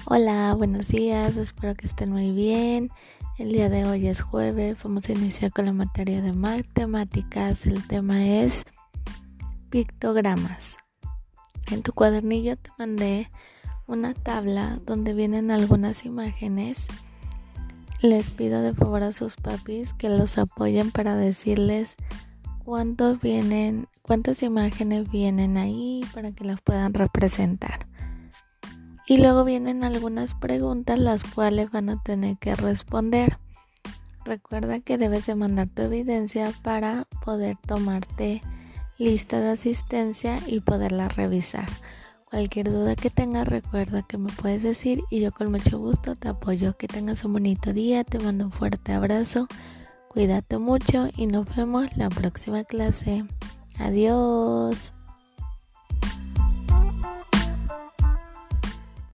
Hola, buenos días, espero que estén muy bien. El día de hoy es jueves, vamos a iniciar con la materia de matemáticas. El tema es pictogramas. En tu cuadernillo te mandé una tabla donde vienen algunas imágenes. Les pido de favor a sus papis que los apoyen para decirles cuántas imágenes vienen ahí para que las puedan representar. Y luego vienen algunas preguntas las cuales van a tener que responder. Recuerda que debes de mandar tu evidencia para poder tomarte lista de asistencia y poderla revisar. Cualquier duda que tengas, recuerda que me puedes decir y yo con mucho gusto te apoyo. Que tengas un bonito día, te mando un fuerte abrazo, cuídate mucho y nos vemos la próxima clase. Adiós.